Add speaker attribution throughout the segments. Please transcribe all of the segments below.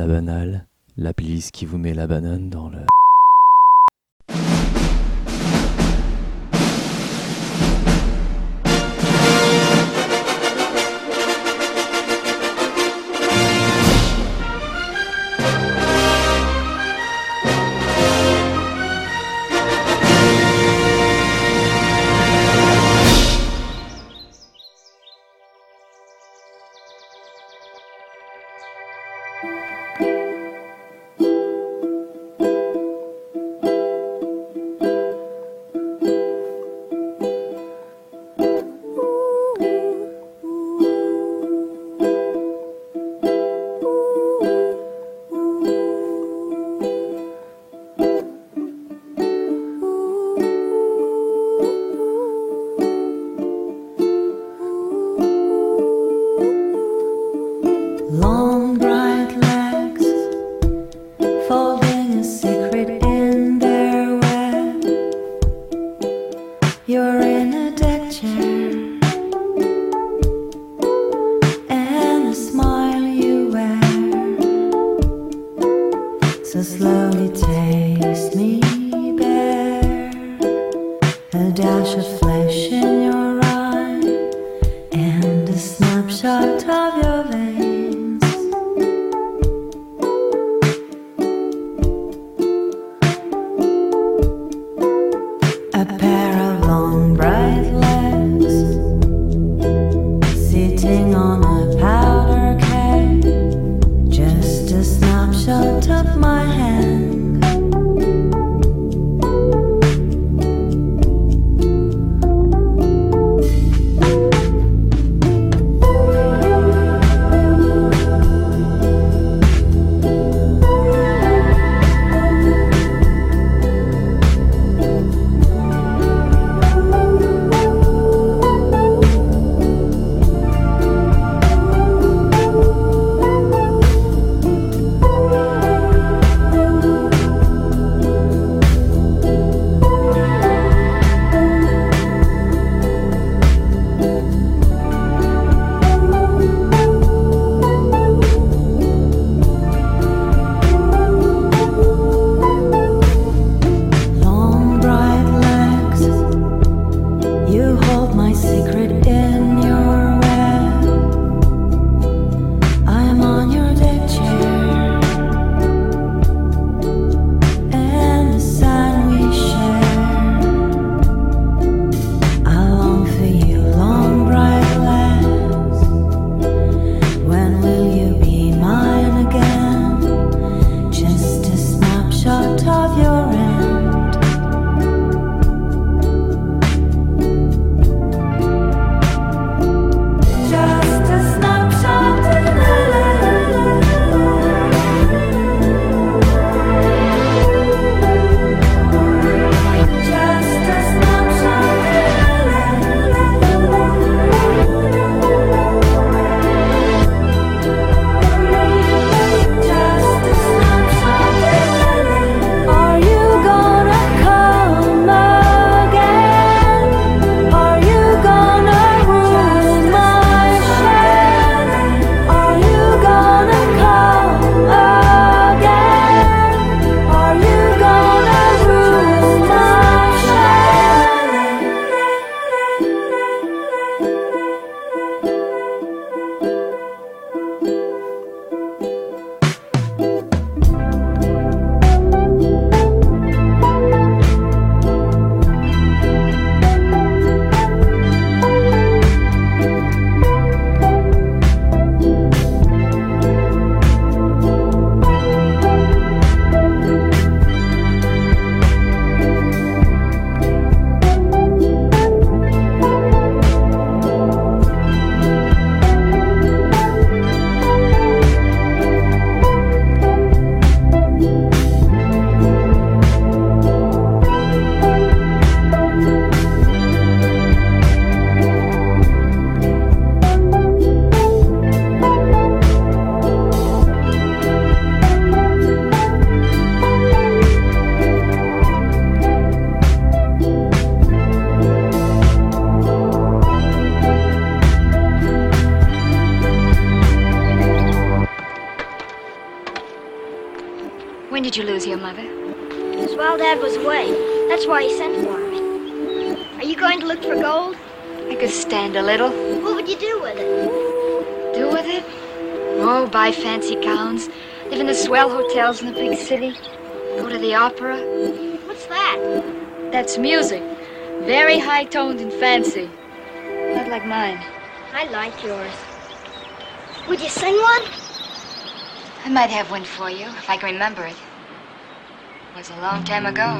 Speaker 1: la banale, la playlist qui vous met la banane dans le...
Speaker 2: did you lose your mother?
Speaker 3: Swell Dad was away. That's why he sent for me. Are you going to look for gold?
Speaker 2: I could stand a little.
Speaker 3: What would you do with it?
Speaker 2: Do with it? Oh, buy fancy gowns, live in the swell hotels in the big city, go to the opera.
Speaker 3: What's that?
Speaker 2: That's music. Very high-toned and fancy. Not like mine.
Speaker 3: I like yours. Would you sing one?
Speaker 2: I might have one for you, if I can remember it. It was a long time ago.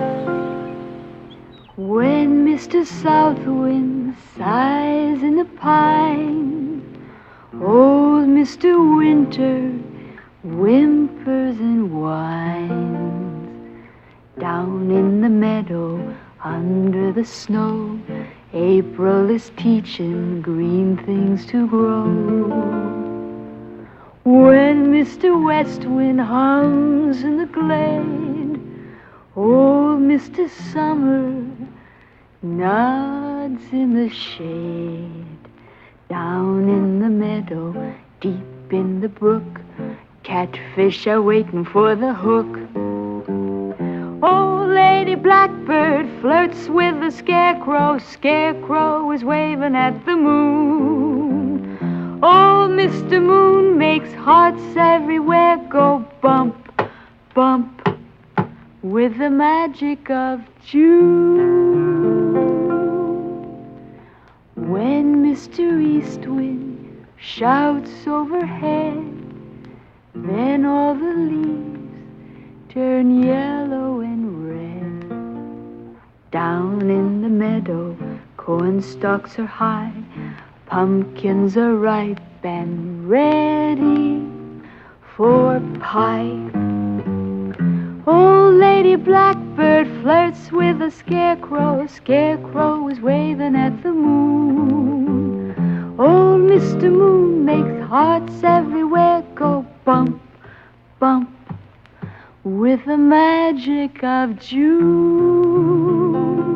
Speaker 4: When Mr. Southwind sighs in the pine, old Mr. Winter whimpers and whines. Down in the meadow, under the snow, April is teaching green things to grow. When Mr. West Wind hums in the glade, old Mr. Summer nods in the shade. Down in the meadow, deep in the brook, catfish are waiting for the hook. Old Lady Blackbird flirts with the scarecrow. Scarecrow is waving at the moon. Old Mr. Moon makes hearts everywhere go bump, bump, with the magic of June. When Mr. Eastwind shouts overhead, then all the leaves turn yellow and red. Down in the meadow, corn stalks are high, pumpkins are ripe and ready for pie. Old Lady Blackbird flirts with a scarecrow. Scarecrow is waving at the moon. Old Mr. Moon makes hearts everywhere go bump, bump, with the magic of June.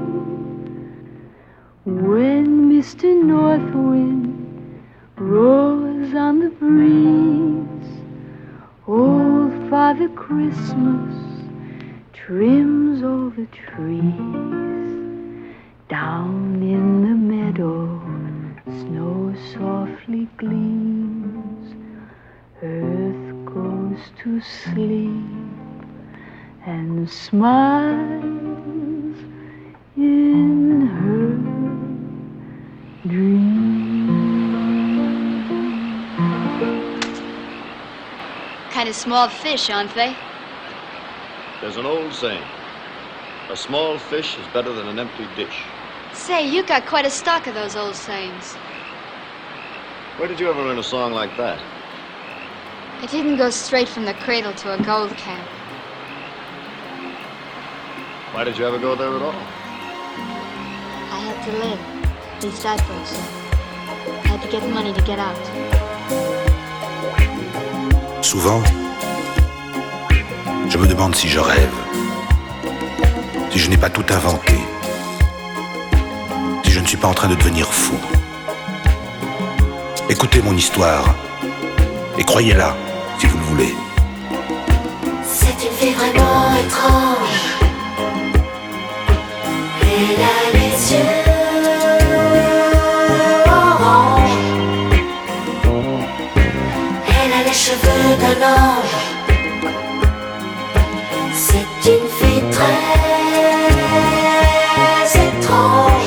Speaker 4: When Mr. Northwind roars on the breeze, old Father Christmas trims all the trees. Down in the meadow, snow softly gleams. Earth goes to sleep and smiles in her dreams.
Speaker 2: Kind of small fish, aren't they?
Speaker 5: There's an old saying, a small fish is better than an empty dish.
Speaker 2: Say, you got quite a stock of those old sayings.
Speaker 5: Where did you ever learn a song like that?
Speaker 2: I didn't go straight from the cradle to a gold camp.
Speaker 5: Why did you ever go there at all?
Speaker 2: I had to live. At least I thought so. I had to get money to get out.
Speaker 6: Souvent, je me demande si je rêve, si je n'ai pas tout inventé, si je ne suis pas en train de devenir fou. Écoutez mon histoire et croyez-la si vous le voulez.
Speaker 7: C'est une fille vraiment étrange. Elle a les yeux orange. Elle a les cheveux d'un ange. C'est une fille très étrange.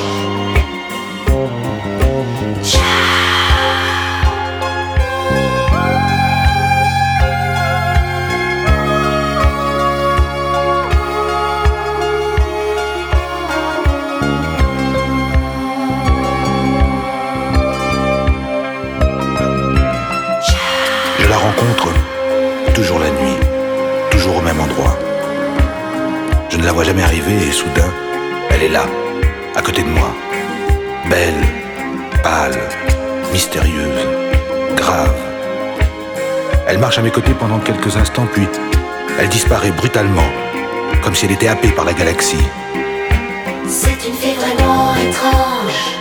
Speaker 6: Je la rencontre toujours la nuit, toujours au même endroit. Je ne la vois jamais arriver et soudain, elle est là, à côté de moi. Belle, pâle, mystérieuse, grave. Elle marche à mes côtés pendant quelques instants, puis elle disparaît brutalement, comme si elle était happée par la galaxie.
Speaker 7: C'est une fille vraiment étrange.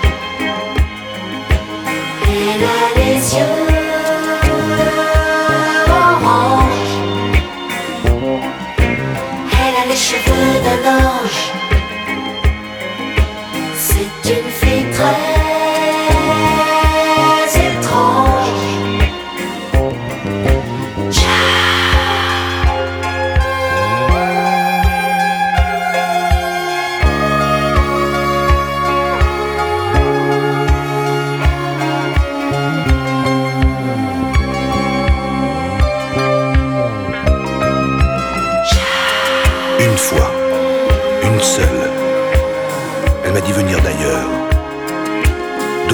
Speaker 7: Elle a les yeux orange.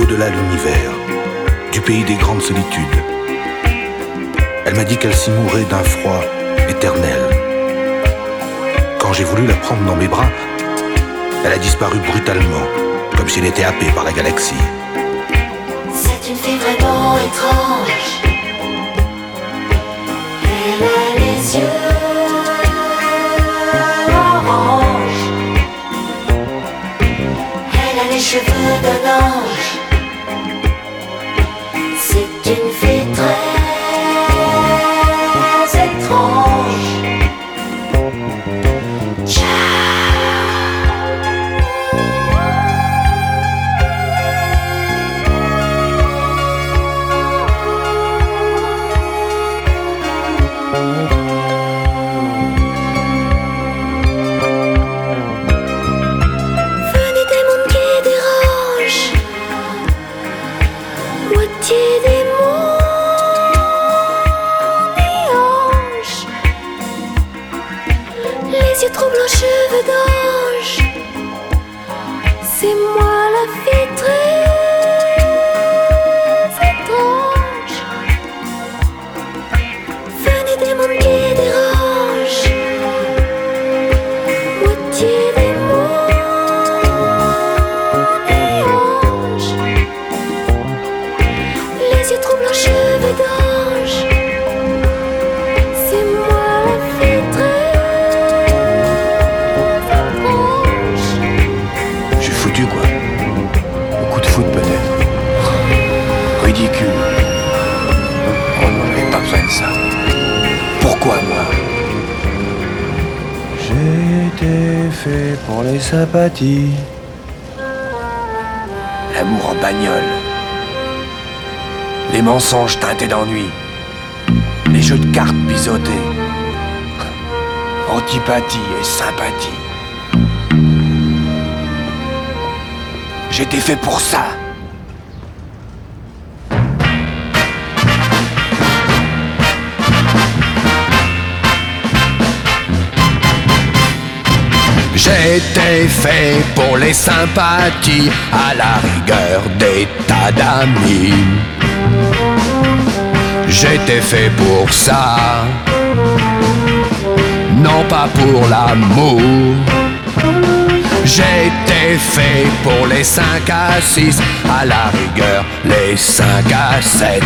Speaker 6: d'au-delà l'univers, du pays des grandes solitudes. Elle m'a dit qu'elle s'y mourait d'un froid éternel. Quand j'ai voulu la prendre dans mes bras, elle a disparu brutalement, comme si elle était happée par la galaxie.
Speaker 7: C'est une fille vraiment étrange. Elle a les yeux orange. Elle a les cheveux d'un ange. C'est une fille très étrange. Cheveux d'ange, c'est moi la fille très étrange. Venez des mondes qui dérangent, moitié démon et ange. Les yeux troublants, cheveux d'ange, c'est moi la fille très.
Speaker 6: Quoi. Un coup de foot peut-être. Ridicule. On n'avait pas besoin de ça. Pourquoi moi?
Speaker 8: J'ai été fait pour les sympathies.
Speaker 6: L'amour en bagnole. Les mensonges teintés d'ennui. Les jeux de cartes biseautés. Antipathie et sympathie. J'étais fait pour ça. J'étais fait pour les sympathies, à la rigueur des tas d'amis. J'étais fait pour ça, non pas pour l'amour. J'étais fait pour les 5 à 6, à la rigueur les 5 à 7.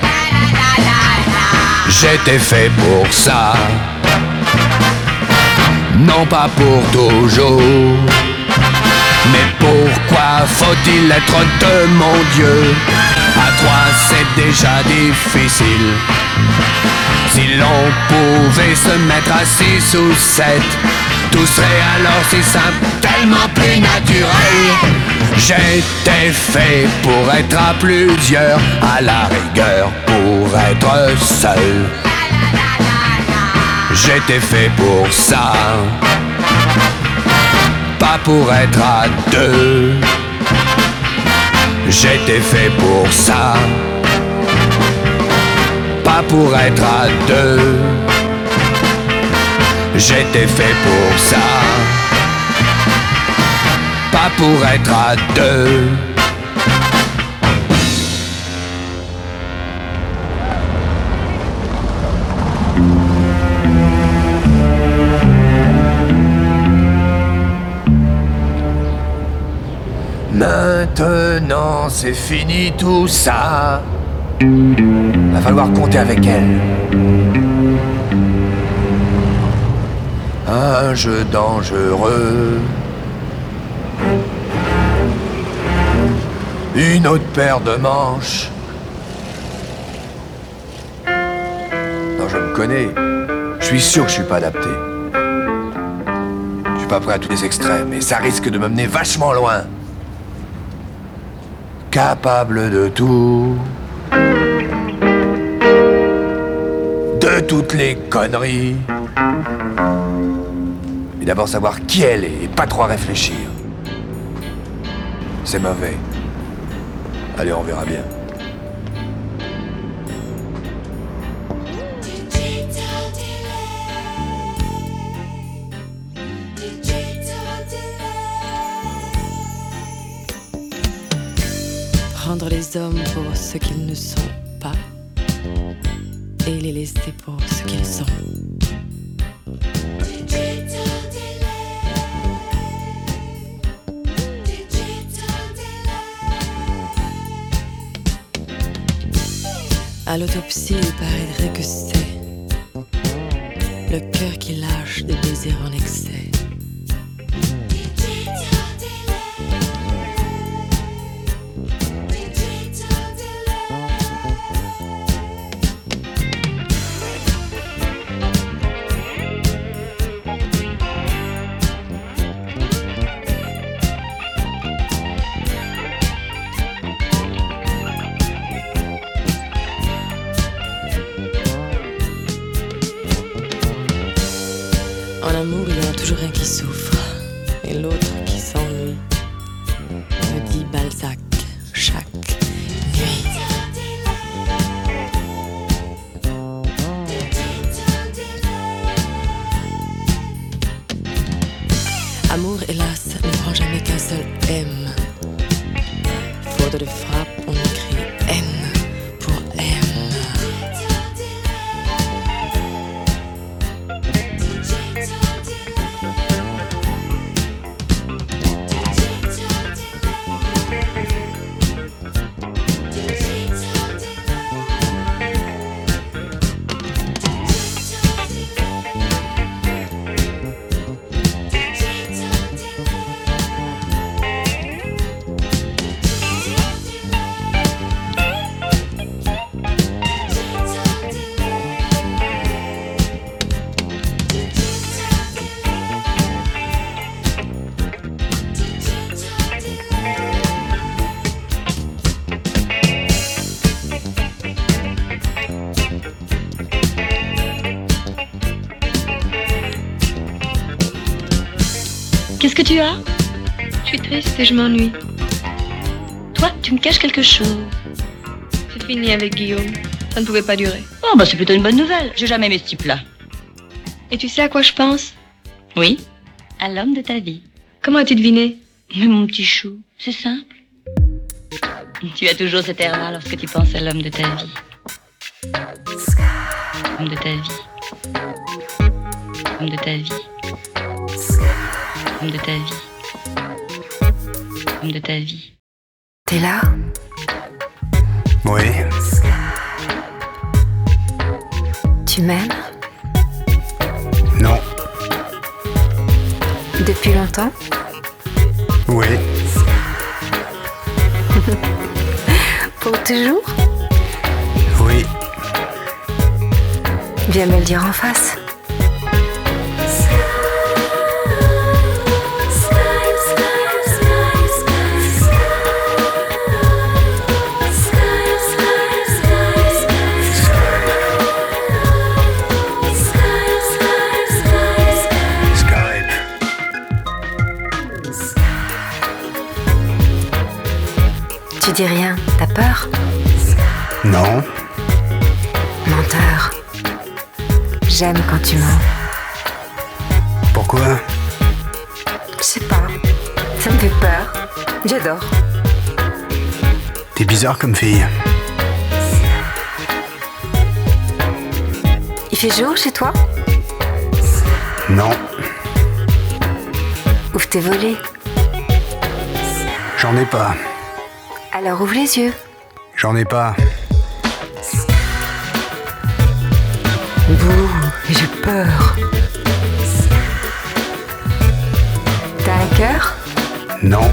Speaker 6: J'étais fait pour ça, non pas pour toujours. Mais pourquoi faut-il être de mon Dieu? À 3 c'est déjà difficile. Si l'on pouvait se mettre à 6 ou 7, tout serait alors si simple, tellement plus naturel. J'étais fait pour être à plusieurs, à la rigueur pour être seul. J'étais fait pour ça, pas pour être à 2. J'étais fait pour ça, pas pour être à 2. J'étais fait pour ça, pas pour être à 2. Maintenant c'est fini tout ça. Va falloir compter avec elle. Un jeu dangereux. Une autre paire de manches. Non, je me connais. Je suis sûr que je suis pas adapté. Je suis pas prêt à tous les extrêmes et ça risque de me mener vachement loin. Capable de tout. De toutes les conneries. Et d'abord savoir qui elle est et pas trop réfléchir. C'est mauvais. Allez, on verra bien.
Speaker 9: prendre les hommes pour ce qu'ils ne sont pas et les laisser pour ce qu'ils sont. À l'autopsie, il paraîtrait que c'est le cœur qui lâche des baisers en excès. En amour, il y en a toujours un qui souffre et l'autre qui s'ennuie, me dit Balzac chaque nuit. Amour, hélas, ne prend jamais qu'un seul M. Faute de frappe, on écrit N pour M.
Speaker 10: Qu'est-ce que tu as? Je suis triste et je m'ennuie. Toi, tu me caches quelque chose. C'est fini avec Guillaume. Ça ne pouvait pas durer.
Speaker 11: Oh, bah c'est plutôt une bonne nouvelle. J'ai jamais aimé ce type-là.
Speaker 10: Et tu sais à quoi je pense?
Speaker 11: Oui, à l'homme de ta vie.
Speaker 10: Comment as-tu deviné?
Speaker 11: Mais mon petit chou, c'est simple. Tu as toujours cet air-là lorsque tu penses à l'homme de ta vie. L'homme de ta vie. L'homme de ta vie. L'homme de ta vie. L'homme de ta vie.
Speaker 12: T'es là?
Speaker 8: Oui.
Speaker 12: Tu m'aimes?
Speaker 8: Non.
Speaker 12: Depuis longtemps?
Speaker 8: Oui.
Speaker 12: Pour toujours?
Speaker 8: Oui.
Speaker 12: Viens me le dire en face. Tu dis rien, t'as peur?
Speaker 8: Non.
Speaker 12: Menteur. J'aime quand tu mens.
Speaker 8: Pourquoi?
Speaker 12: Je sais pas. Ça me fait peur. J'adore.
Speaker 8: T'es bizarre comme fille.
Speaker 12: Il fait jour chez toi?
Speaker 8: Non.
Speaker 12: Ouvre tes volets.
Speaker 8: J'en ai pas.
Speaker 12: Alors ouvre les yeux.
Speaker 8: J'en ai pas.
Speaker 12: Bouh, j'ai peur. T'as un cœur?
Speaker 8: Non.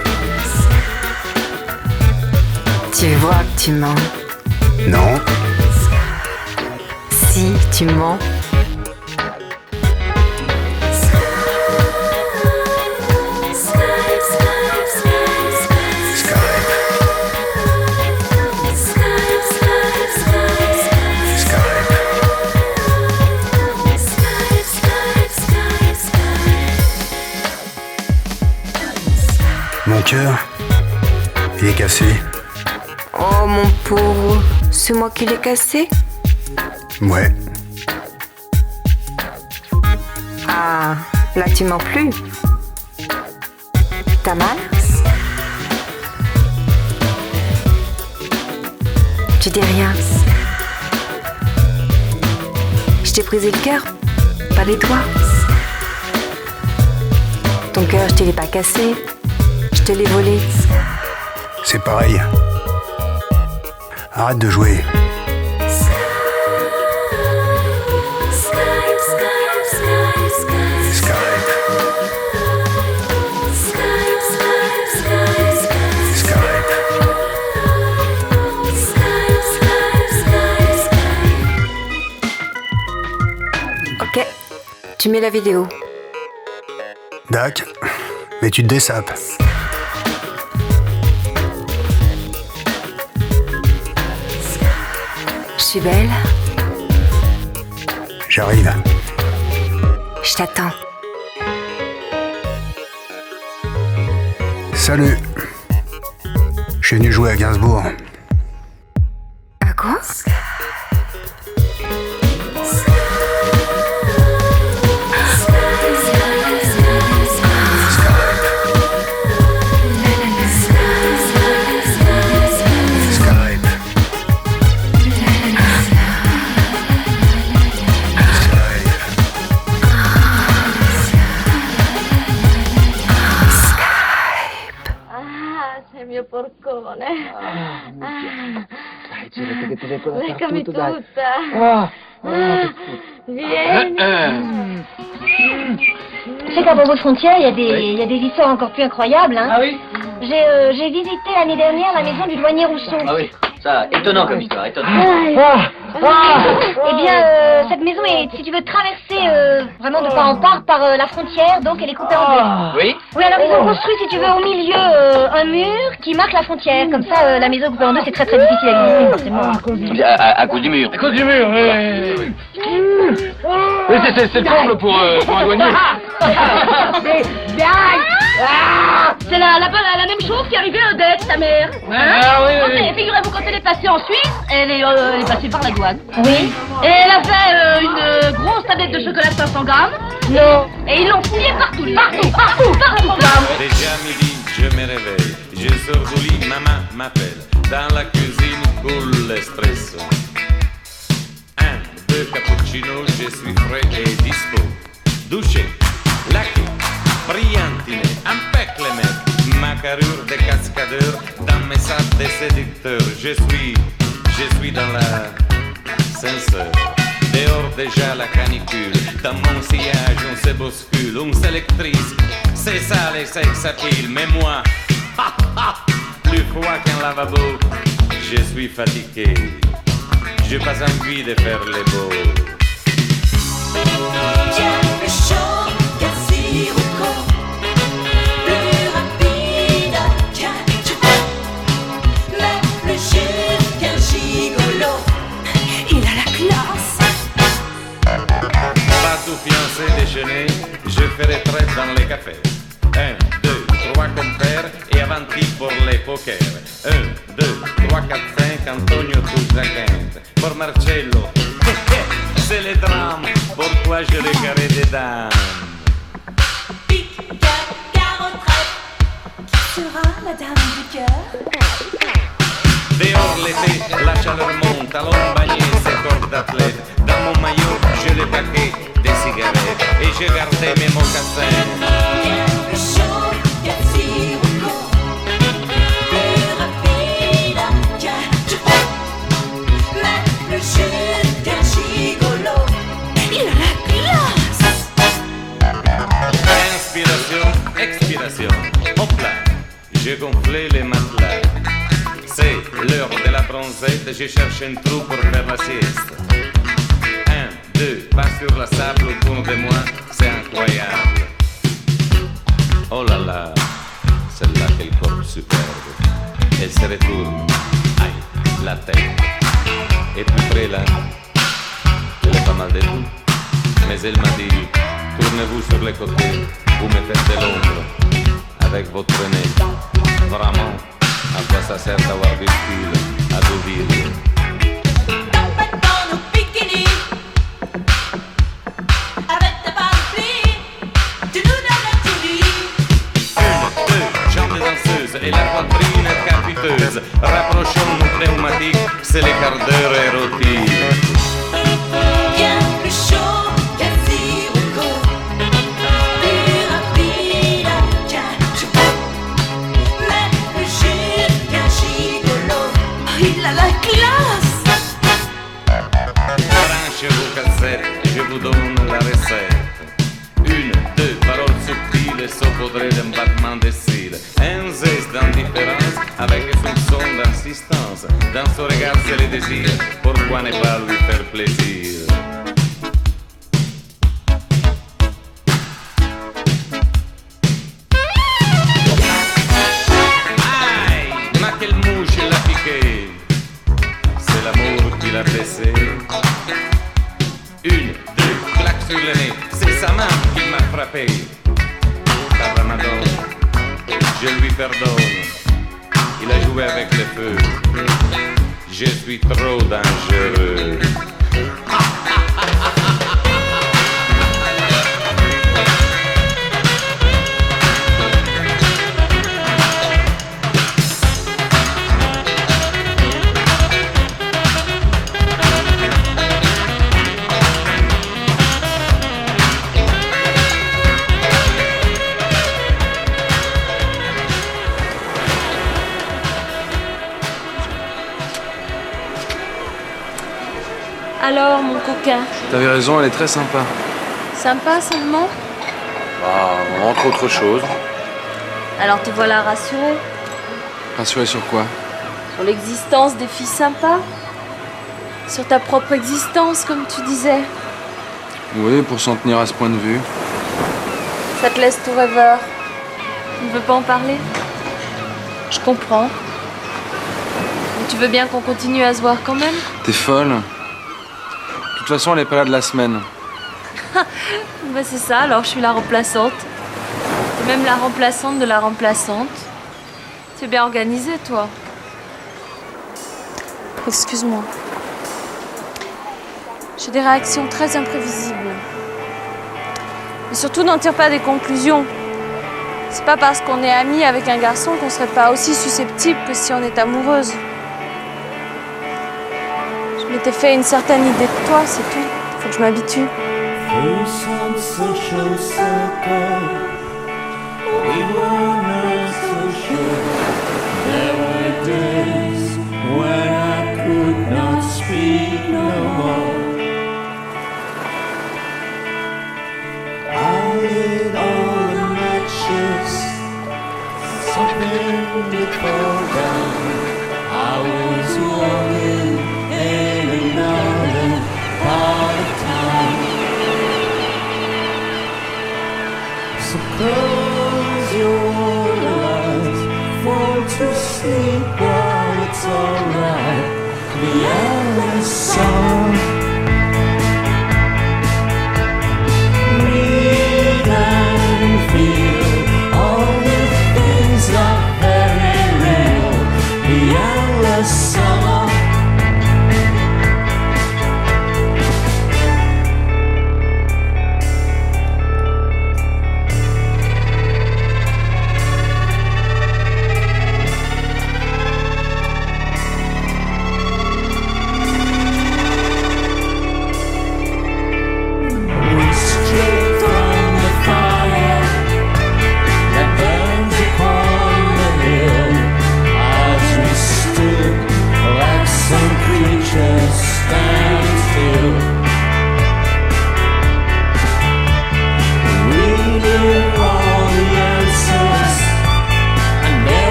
Speaker 12: Tu vois que tu mens.
Speaker 8: Non.
Speaker 12: Si, tu mens.
Speaker 8: Mon cœur, il est cassé.
Speaker 12: Oh mon pauvre, c'est moi qui l'ai cassé?
Speaker 8: Ouais.
Speaker 12: Ah, là tu mens plus. T'as mal? Tu dis rien. Je t'ai brisé le cœur, pas les doigts. Ton cœur, je te l'ai pas cassé, je te l'ai volé.
Speaker 8: C'est pareil. Arrête de jouer.
Speaker 12: Ok, tu mets la vidéo.
Speaker 8: Dac, mais tu te dessapes.
Speaker 12: Je suis belle.
Speaker 8: J'arrive.
Speaker 12: Je t'attends.
Speaker 8: Salut. Je suis venu jouer à Gainsbourg.
Speaker 12: À quoi?
Speaker 4: Mio porcone.
Speaker 13: Dai, girati che ti leggo la
Speaker 4: Leccami
Speaker 13: tutta.
Speaker 4: tutta. Vieni.
Speaker 3: Tu sais qu'à Beauvau-Frontière, il y a des histoires encore plus incroyables. Hein.
Speaker 13: Ah oui?
Speaker 3: J'ai visité l'année dernière la maison du douanier Rousseau.
Speaker 13: Ah oui, ça, étonnant comme histoire, étonnant.
Speaker 3: Eh bien, cette maison est, si tu veux, traversée vraiment de part en part par la frontière, donc elle est coupée en deux.
Speaker 13: Oui?
Speaker 3: Oui, alors ils ont construit, si tu veux, au milieu un mur qui marque la frontière. Comme ça, la maison coupée en deux, c'est très très difficile à visiter, forcément.
Speaker 13: À cause du mur. À cause du mur, oui. Oui, c'est le comble pour un douanier.
Speaker 10: C'est la même chose qui est arrivée à Odette, ta mère.
Speaker 13: Ah oui.
Speaker 10: Figurez-vous, quand elle est passée en Suisse, elle est passée par la douane.
Speaker 3: Oui.
Speaker 10: Et elle a fait une grosse tablette de chocolat 500 grammes.
Speaker 3: Non.
Speaker 10: Et ils l'ont fouillée partout.
Speaker 14: Déjà midi, je me réveille. Je sors du lit, maman m'appelle. Dans la cuisine coule l'espresso. 1, 2 cappuccino, je suis frais et dispo. Douché, laqué, brillantine, impeccable mec. Ma carrure de cascadeur, dans mes sacs de séducteur. Je suis dans la censeur. Dehors déjà la canicule. Dans mon sillage on se bouscule. Une sélectrice, c'est ça les sex appeal. Mais moi, plus froid qu'un lavabo. Je suis fatigué. J'ai pas envie de faire les beaux.
Speaker 7: Tiens, le chaud qu'un sirocco. Plus rapide qu'un tchou. Mais plus cher qu'un gigolo. Il a la classe.
Speaker 14: Pas tout fiancé déjeuner, je ferai traite dans les cafés. 1, 2, 3 compères et avanti pour les poker. 1, 2, 3, 4, 5, Antonio Tuzzacente. Pour Marcello, c'est le drame, pourquoi je le carré des dames.
Speaker 7: Carotte, qui sera la dame du cœur?
Speaker 14: Dehors l'été, la chaleur monte, allons bagner ces corps d'athlète. Dans mon maillot, je les paquets des cigarettes et j'ai gardé mes mocassins.
Speaker 7: Le chaud qu'un sirocco. Plus rapide qu'un tchou. Mais plus cher qu'un gigolo. Il a la classe.
Speaker 14: Inspiration, expiration, hop là, j'ai gonflé les matelas. C'est l'heure de la bronzette, je cherche un trou pour faire la sieste. 1, 2, pas sur la sable autour de moi, c'est incroyable. Oh là là, celle-là, quel corps superbe. Elle se retourne, aïe, la tête. Et plus près là, elle est pas mal de tout. Mais elle m'a dit, tournez-vous sur les côtés, vous me faites de l'ombre. Avec votre nez, vraiment. A quoi ça sert d'avoir du style à Deauville?
Speaker 7: Dans nos bikinis, avec ta panoplie, tu nous donnes la tuerie.
Speaker 14: 1, 2, jambes danseuses et la poitrine capiteuse. Rapprochons nos pneumatiques, c'est les quarts d'heure érotiques.
Speaker 7: Bien plus chaud qu'un sirocco, plus rapide qu'un chevaux, mais plus cher qu'un gigolo. Il a la classe.
Speaker 14: Branchez vos cassettes et je vous donne la recette. 1, 2 paroles subtiles et saupoudrées d'un battement de cils. Un zeste d'indifférence avec un soupçon d'insistance. Dans son regard c'est le désir, pourquoi ne pas lui faire plaisir? Aïe, mais quelle mouche il a piqué. C'est l'amour qui l'a blessé. 1, 2, claque sur le nez. C'est sa main qui m'a frappé. Par Ramadan, je lui pardonne. Il a joué avec le feu. Je suis trop dangereux.
Speaker 15: Alors, mon coquin,
Speaker 8: T'avais raison, elle est très sympa.
Speaker 15: sympa seulement?
Speaker 8: Bah, entre autres choses.
Speaker 15: Alors te voilà rassuré
Speaker 8: Rassuré sur quoi?
Speaker 15: sur l'existence des filles sympas? Sur ta propre existence, comme tu disais?
Speaker 8: Oui, pour s'en tenir à ce point de vue.
Speaker 15: Ça te laisse tout rêveur. Tu ne veux pas en parler? Je comprends. Mais tu veux bien qu'on continue à se voir quand même?
Speaker 8: T'es folle. De toute façon, elle est pas là de la semaine.
Speaker 15: Bah c'est ça, alors je suis la remplaçante. T'es même la remplaçante de la remplaçante. Tu es bien organisée, toi. Excuse-moi. J'ai des réactions très imprévisibles. Mais surtout, n'en tire pas des conclusions. C'est pas parce qu'on est amis avec un garçon qu'on serait pas aussi susceptible que si on est amoureuse. Je m'étais fait une certaine idée de toi, c'est tout. Faut que je m'habitue.
Speaker 7: Through some social circle, we were not so sure. There were days when I could not speak no more. I lit all the matches, something to fall down. I was walking in another part of town. So close your eyes, fall to sleep while it's alright. The endless song. Read and feel, all the things are very real. The endless summer.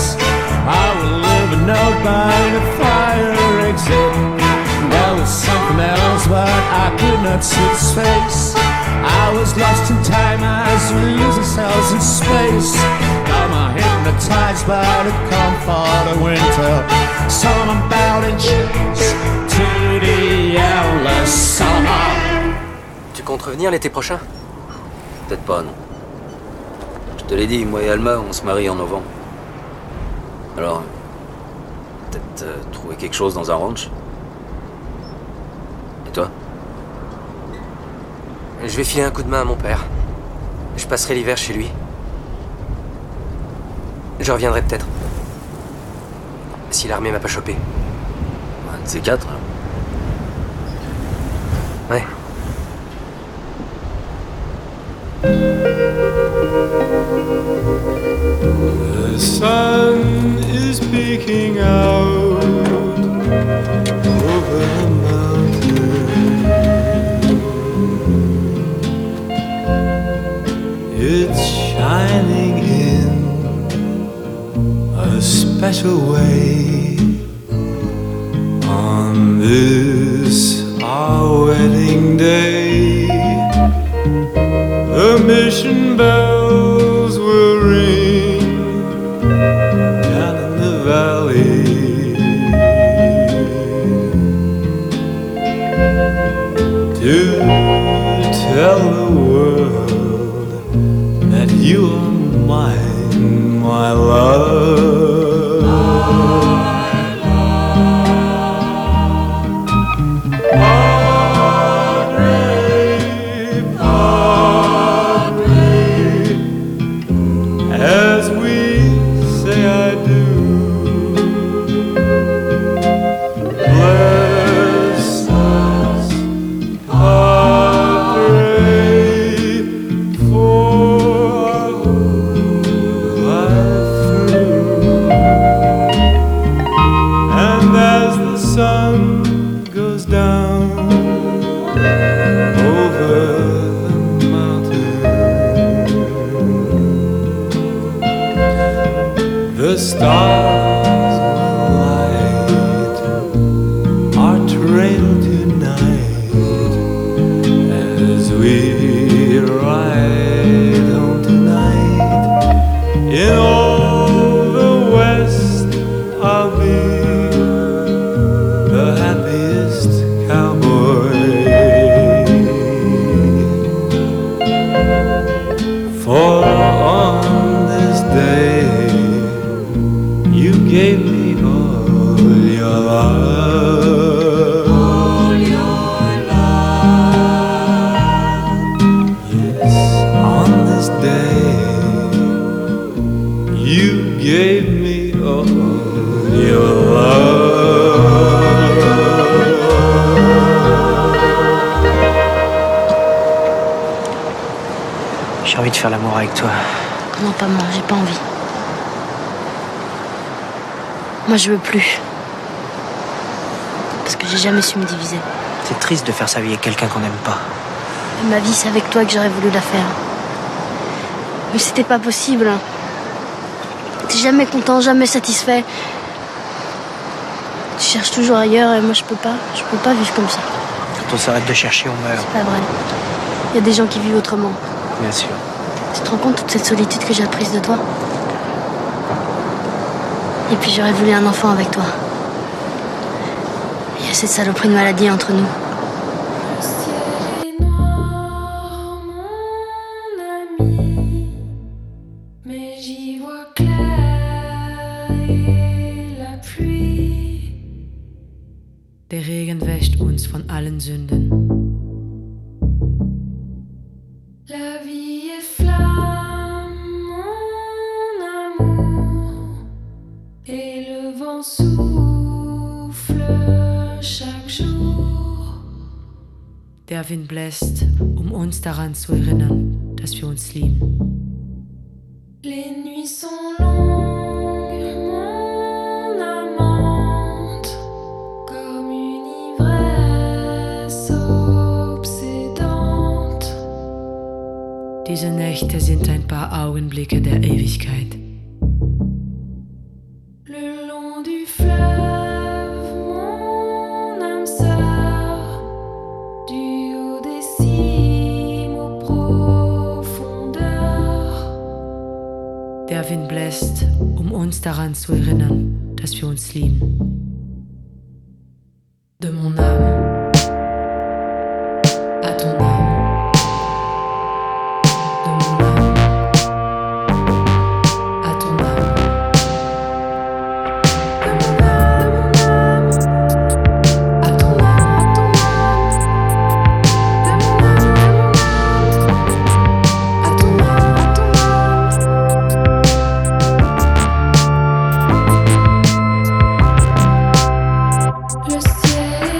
Speaker 7: By the fire exit, there was something
Speaker 16: smells, but I could not see its face. I was lost in time as we lose ourselves in space. I'm hypnotized by the comfort of winter. Some bound in chains to the endless summer.
Speaker 17: Tu comptes revenir l'été prochain? Peut-être pas, non. Je te l'ai dit, moi et Alma, on se marie en novembre. Alors, peut-être trouver quelque chose dans un ranch. Et toi? Je vais filer un coup de main à mon père. Je passerai l'hiver chez lui. Je reviendrai peut-être. Si l'armée m'a pas chopé. Un de ces quatre. Ouais.
Speaker 16: The sun is peeking out over the mountain. It's shining in a special way on this our wedding day. The mission bells will ring down in the valley to tell the world that you are mine, my love.
Speaker 17: J'ai envie de faire l'amour avec toi.
Speaker 18: Non, pas moi, j'ai pas envie. Moi, je veux plus. Parce que j'ai jamais su me diviser.
Speaker 17: C'est triste de faire sa vie avec quelqu'un qu'on n'aime pas.
Speaker 18: Et ma vie, c'est avec toi que j'aurais voulu la faire. Mais c'était pas possible. T'es jamais content, jamais satisfait. Tu cherches toujours ailleurs et moi, je peux pas vivre comme ça.
Speaker 17: Quand on s'arrête de chercher, on meurt.
Speaker 18: C'est pas vrai. Il y a des gens qui vivent autrement.
Speaker 17: Bien sûr.
Speaker 18: Tu te rends compte toute cette solitude que j'ai apprise de toi? Et puis j'aurais voulu un enfant avec toi. Il y a cette saloperie de maladie entre nous.
Speaker 7: Mais j'y vois clair et la pluie.
Speaker 9: Der Regen wäscht uns von allen Sünden.
Speaker 7: La vie est flamme, mon amour, et le vent souffle chaque jour.
Speaker 9: Der Wind bläst, uns daran zu erinnern, dass wir uns lieben.
Speaker 7: Les nuits sont longues, mon amante, comme une ivresse obsédante.
Speaker 9: Diese Nächte sind ein paar Augenblicke der Ewigkeit.
Speaker 7: Le long du fleuve, mon âme sœur,
Speaker 9: Erwin bläst, uns daran zu erinnern, dass wir uns lieben. De mon âme à ton âme. De mon âme à ton âme. De mon âme à ton âme. De mon âme à ton âme. Le ciel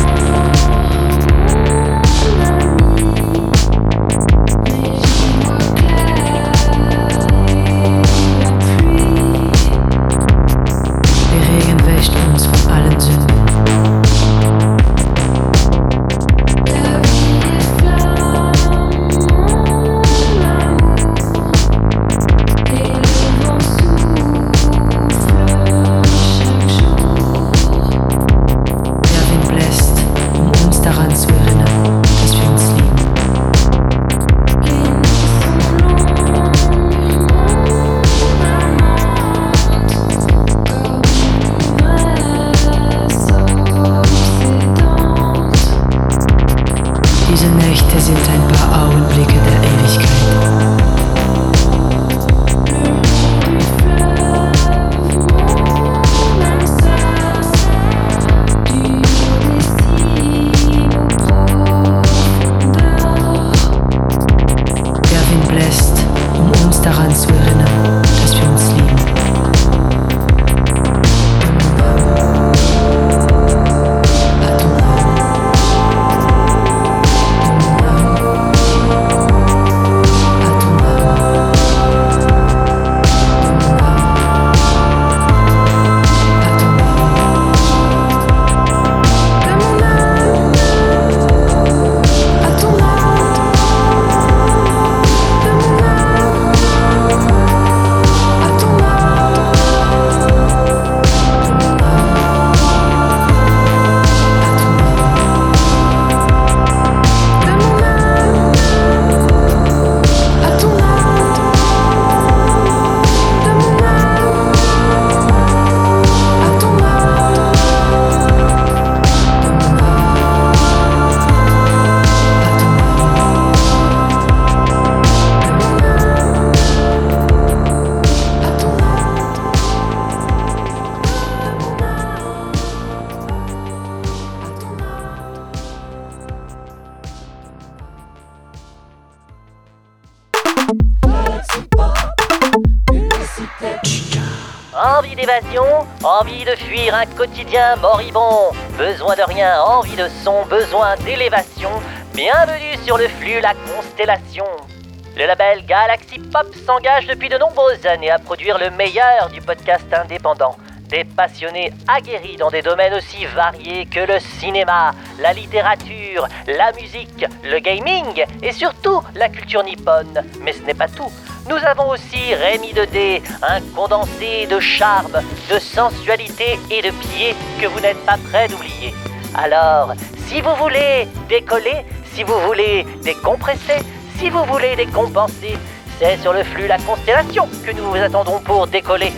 Speaker 19: Envie d'évasion, envie de fuir un quotidien moribond, besoin de rien, envie de son, besoin d'élévation. Bienvenue sur le flux La Constellation. Le label Galaxy Pop s'engage depuis de nombreuses années à produire le meilleur du podcast indépendant. Des passionnés aguerris dans des domaines aussi variés que le cinéma, la littérature, la musique, le gaming et surtout la culture nippone. Mais ce n'est pas tout. Nous avons aussi Rémi Dedé, un condensé de charme, de sensualité et de pieds que vous n'êtes pas prêts d'oublier. Alors, si vous voulez décoller, si vous voulez décompresser, si vous voulez décompenser, c'est sur le flux La Constellation que nous vous attendons pour décoller.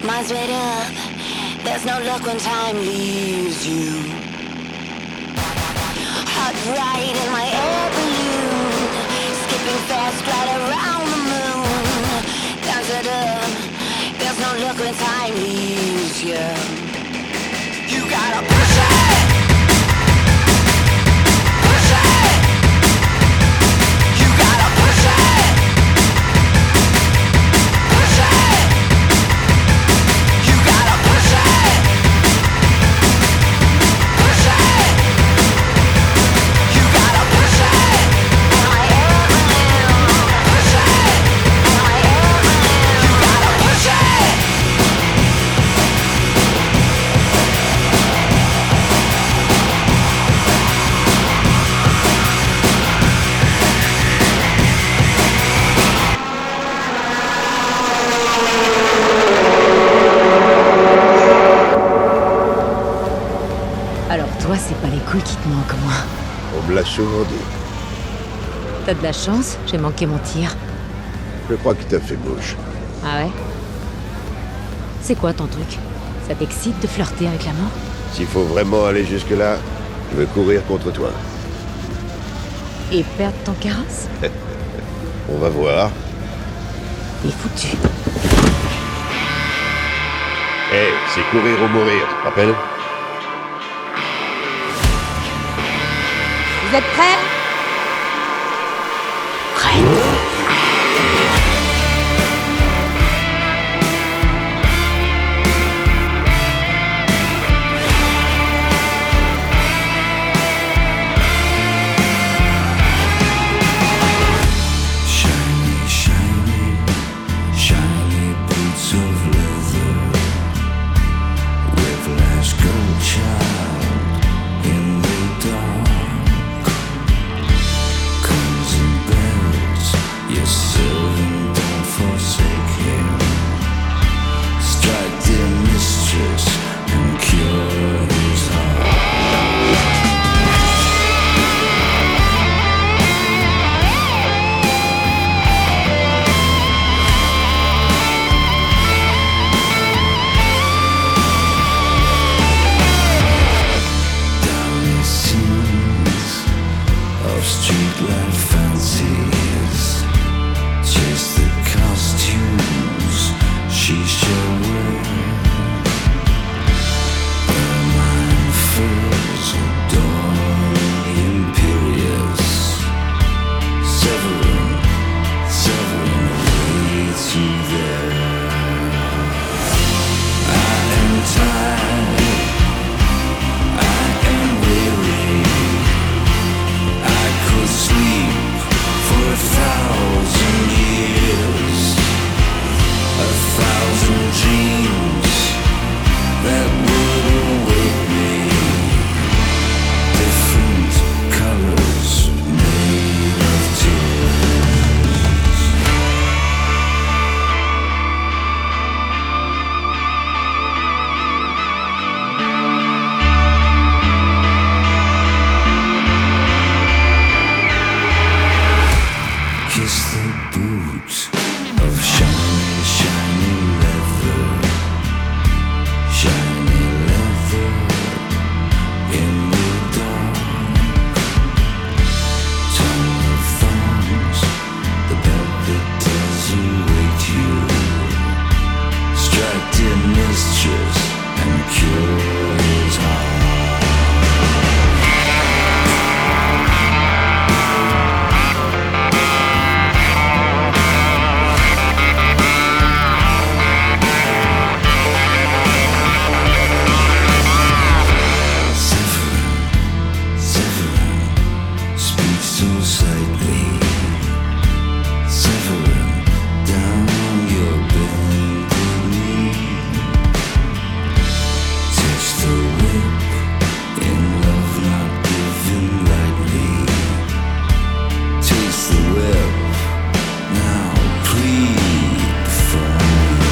Speaker 7: Mind's made up. There's no luck when time leaves you. Hot ride in my air balloon, skipping fast right around the moon. Down to the, there's no luck when time leaves you. You gotta push it. Push it. You gotta push it. Push it. You gotta push it. Push it. You gotta push it. In my air balloon. Push it. In my air balloon. You gotta push it.
Speaker 20: Alors toi, c'est pas les couilles qui te manquent, moi.
Speaker 21: On me l'a souvent dit.
Speaker 20: T'as de la chance, j'ai manqué mon tir.
Speaker 21: Je crois qu'il t'a fait bouche.
Speaker 20: Ah ouais? C'est quoi ton truc? Ça t'excite de flirter avec la mort?
Speaker 21: S'il faut vraiment aller jusque-là, je veux courir contre toi.
Speaker 20: Et perdre ton carrosse?
Speaker 21: On va voir.
Speaker 20: T'es foutu.
Speaker 21: Eh, c'est courir ou mourir, tu te rappelles?
Speaker 20: Vous êtes prêts?
Speaker 16: Shiny, shiny, shiny boots of leather. Whiplash gold child in the dark. Comes and bells, your servant, don't forsake him. Strike their mistress and cure his heart. Down the scenes of street life fancies, chase the costumes she shall wear. Ermine furs adorn imperious. Severin, Severin away to there. I am tired, I am weary. I could sleep for 1,000 years, 1,000 dreams that would awake me. Different colors made of tears. Kiss the boot of shiny, shiny leather. Shiny leather in the dark. Tongue of thorns, the belt that does await you. Strike dear mistress and cure his heart. Severin, Severin, speak so slightly. Severin, down on your bended knee. Touch the whip in love not given lightly. Taste the whip, now plead for me.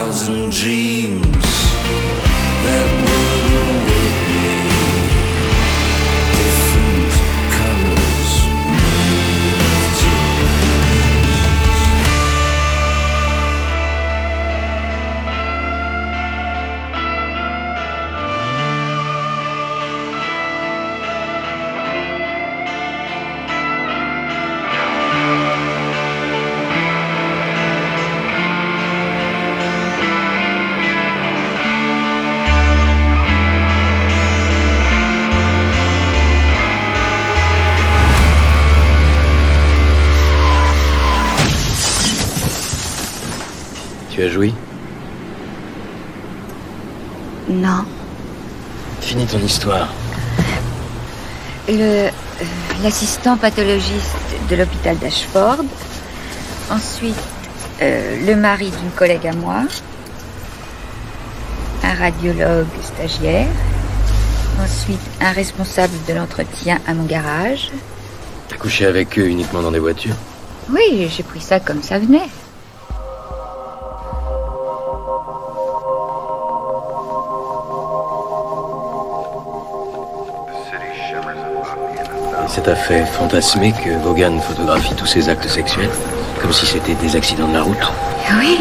Speaker 16: 1,000 dreams that wouldn't wake me. Different colors move to
Speaker 17: Tu as joui?
Speaker 2: Non.
Speaker 17: Finis ton histoire.
Speaker 2: L'assistant pathologiste de l'hôpital d'Ashford. Ensuite, le mari d'une collègue à moi. Un radiologue stagiaire. Ensuite, un responsable de l'entretien à mon garage.
Speaker 17: T'as couché avec eux uniquement dans des voitures?
Speaker 2: Oui, j'ai pris ça comme ça venait.
Speaker 17: Et ça t'a fait fantasmer que Vaughan photographie tous ses actes sexuels, comme si c'était des accidents de la route?
Speaker 2: Oui.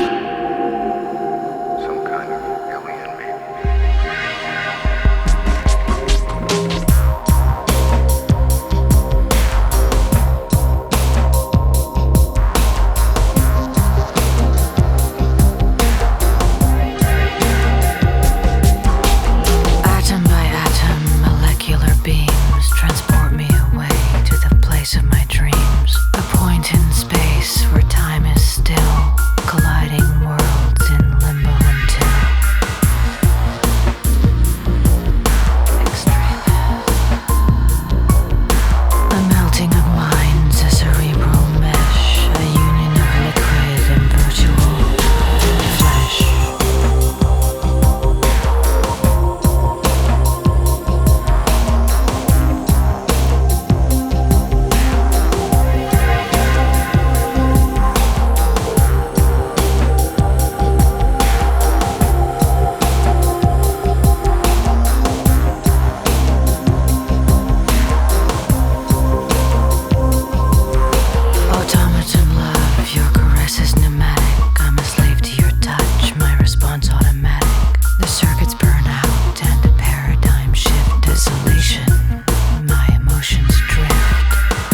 Speaker 1: Atom by atom, molecular beams transport me away to the place of my dreams. A point in space where time is still, colliding worlds in limbo until a melting of minds, a cerebral mesh, a union of liquid and virtual flesh. Automaton love, your caress is pneumatic. I'm a slave to your touch, my response automatic. The circuits burn out and a paradigm shift. Desolation, my emotions drift.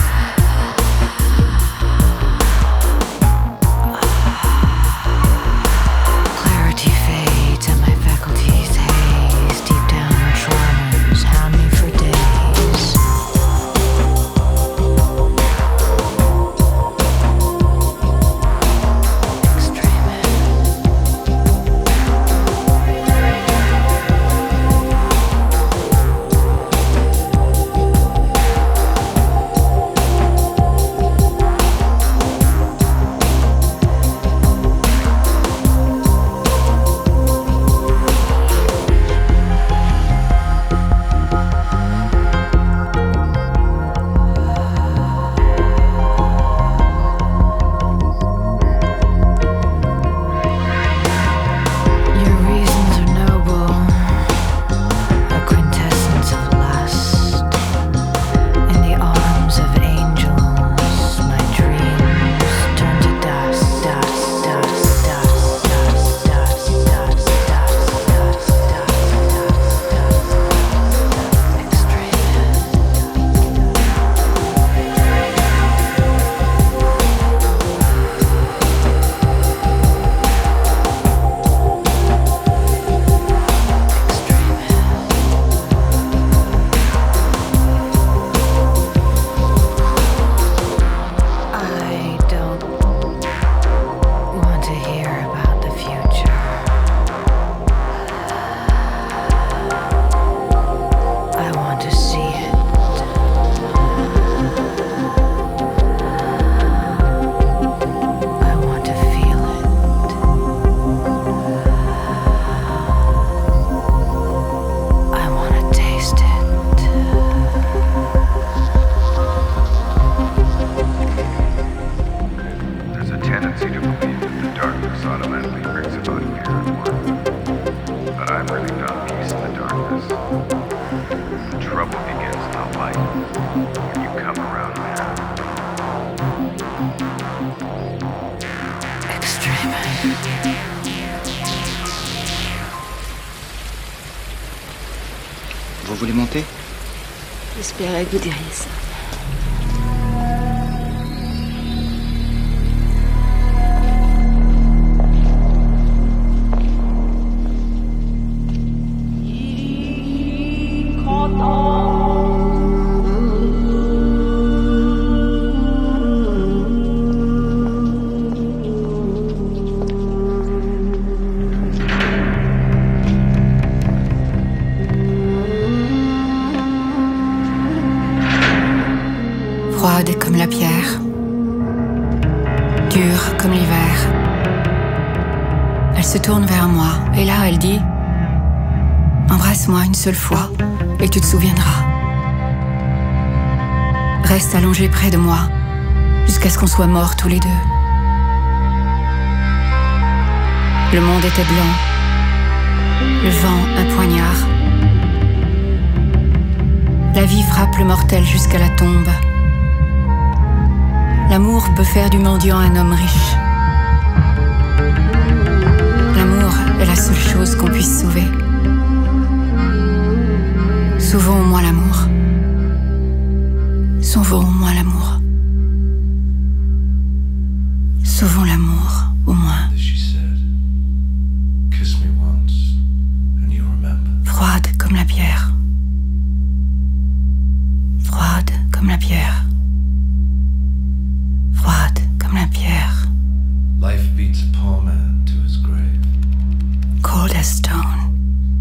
Speaker 1: Clarity fades and my faculties haze. Deep down traumas hound me for days. Your reasons are noble, a quintessence of lust. In the arms of angels, my dreams turn to dust, dust, dust, dust, dust, dust, dust, dust, I don't want to hear about the future. I want to see it. I want to feel it. I want to taste it.
Speaker 22: There's a tendency to believe that the darkness automatically brings about fear.
Speaker 5: voulez monter?
Speaker 20: J'espérais que vous diriez ça.
Speaker 1: Froide comme la pierre, dure comme l'hiver. Elle se tourne vers moi et là elle dit « Embrasse-moi une seule fois et tu te souviendras. Reste allongé près de moi jusqu'à ce qu'on soit morts tous les deux. » Le monde était blanc, le vent un poignard. La vie frappe le mortel jusqu'à la tombe. L'amour peut faire du mendiant un homme riche. L'amour est la seule chose qu'on puisse sauver. Sauvons au moins l'amour. Sauvons au moins l'amour. Sauvons l'amour, au moins. Froide comme la pierre. Froide comme la pierre. Froide comme la pierre.
Speaker 22: Life beats a poor man to his grave.
Speaker 1: Cold as stone.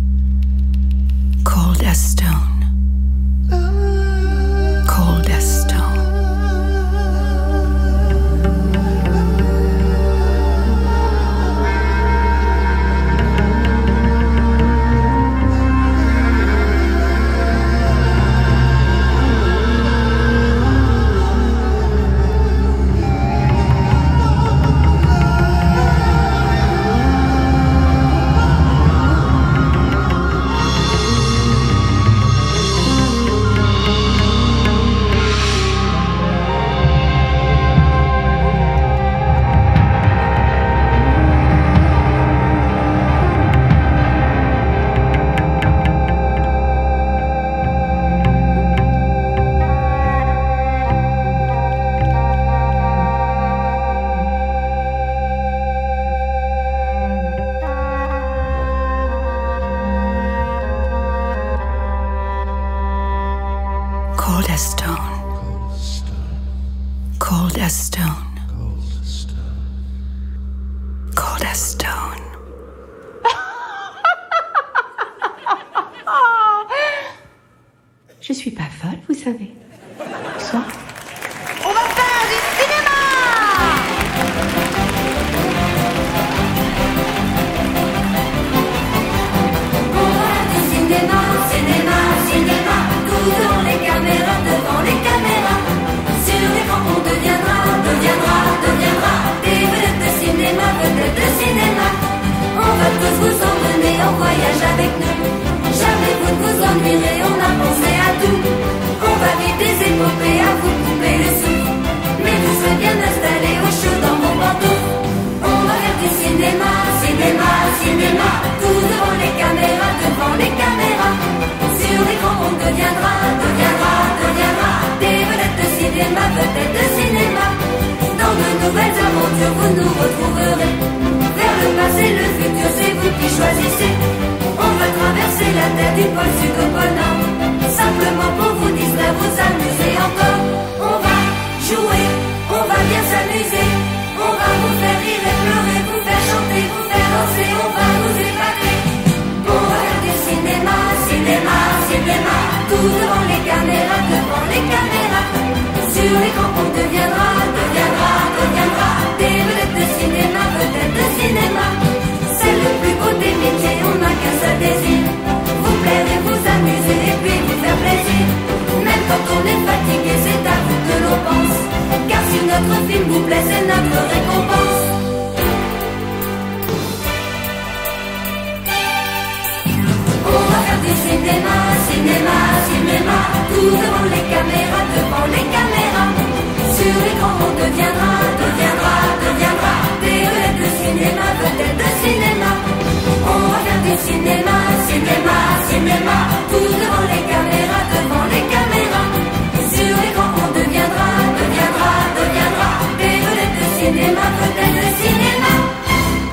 Speaker 1: Cold as stone. Cold as stone. Cold as stone. Cold as stone. Cold as stone.
Speaker 23: Je suis pas folle, vous savez. Bonsoir.
Speaker 7: On va faire du cinéma! Cinéma, cinéma, cinéma, tout devant les caméras, devant les caméras. Sur l'écran on deviendra, deviendra des vedettes de cinéma, vedettes de cinéma. On va tous vous emmener en voyage avec nous. Jamais vous ne vous ennuierez, on a pensé à tout. On va vivre des épopées à vous couper le souffle. Mais vous serez bien installés au chaud dans vos pantoufles. On va faire du cinéma, cinéma, cinéma, tout devant les caméras, devant les caméras. Sur l'écran on deviendra, deviendra des vedettes de cinéma, vedettes de cinéma. Dans de nouvelles aventures vous nous retrouverez. Vers le passé, le futur, c'est vous qui choisissez. On va traverser la terre du pôle sud au pôle nord. Simplement pour vous distraire, vous amuser encore. On va jouer, on va bien s'amuser. On va vous faire rire et pleurer, vous faire chanter, vous faire danser. On va vous épater. On va faire du cinéma, cinéma, cinéma, tout devant les caméras, devant les caméras. Sur l'écran on deviendra, deviendra des vedettes de cinéma, vedettes de cinéma. C'est le plus beau des métiers, on n'a qu'un seul désir. Vous plaire et vous amuser et puis vous faire plaisir. Même quand on est fatigué, c'est à vous que l'on pense. Car si notre film vous plaît, c'est notre récompense. On va faire du cinéma, cinéma, cinéma, tout devant les caméras, devant les caméras. Sur l'écran on deviendra, deviendra des vedettes de cinéma, vedettes de cinéma. On va faire du cinéma, cinéma, cinéma, tout devant les caméras.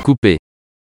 Speaker 5: Coupé.